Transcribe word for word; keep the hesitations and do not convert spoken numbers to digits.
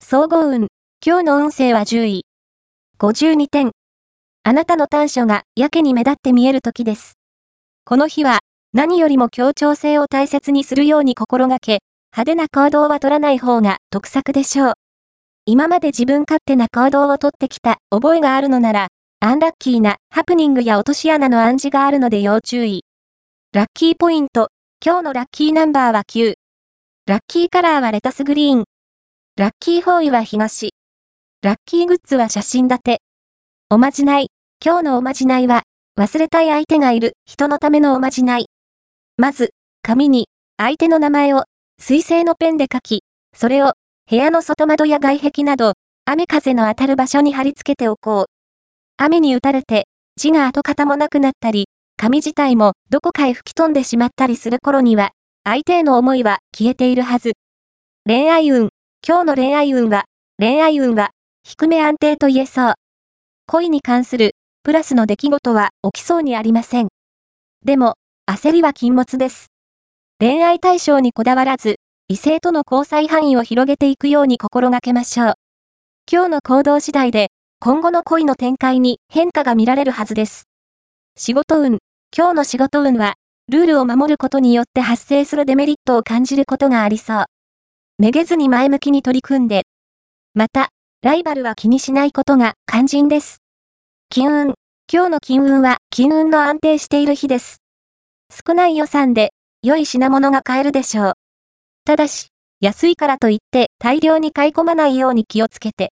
総合運。今日の運勢はじゅうい。ごじゅうにてん。あなたの短所がやけに目立って見える時です。この日は、何よりも協調性を大切にするように心がけ、派手な行動は取らない方が得策でしょう。今まで自分勝手な行動をとってきた覚えがあるのなら、アンラッキーなハプニングや落とし穴の暗示があるので要注意。ラッキーポイント。今日のラッキーナンバーはきゅう。ラッキーカラーはレタスグリーン。ラッキーフォーイは東。ラッキーグッズは写真立て。おまじない。今日のおまじないは、忘れたい相手がいる人のためのおまじない。まず、紙に相手の名前を水性のペンで書き、それを部屋の外窓や外壁など、雨風の当たる場所に貼り付けておこう。雨に打たれて、字が跡形もなくなったり、紙自体もどこかへ吹き飛んでしまったりする頃には、相手への思いは消えているはず。恋愛運。今日の恋愛運は、恋愛運は、低め安定と言えそう。恋に関する、プラスの出来事は起きそうにありません。でも、焦りは禁物です。恋愛対象にこだわらず、異性との交際範囲を広げていくように心がけましょう。今日の行動次第で、今後の恋の展開に変化が見られるはずです。仕事運。今日の仕事運は、ルールを守ることによって発生するデメリットを感じることがありそう。めげずに前向きに取り組んで。また、ライバルは気にしないことが肝心です。金運。今日の金運は金運の安定している日です。少ない予算で良い品物が買えるでしょう。ただし、安いからといって大量に買い込まないように気をつけて。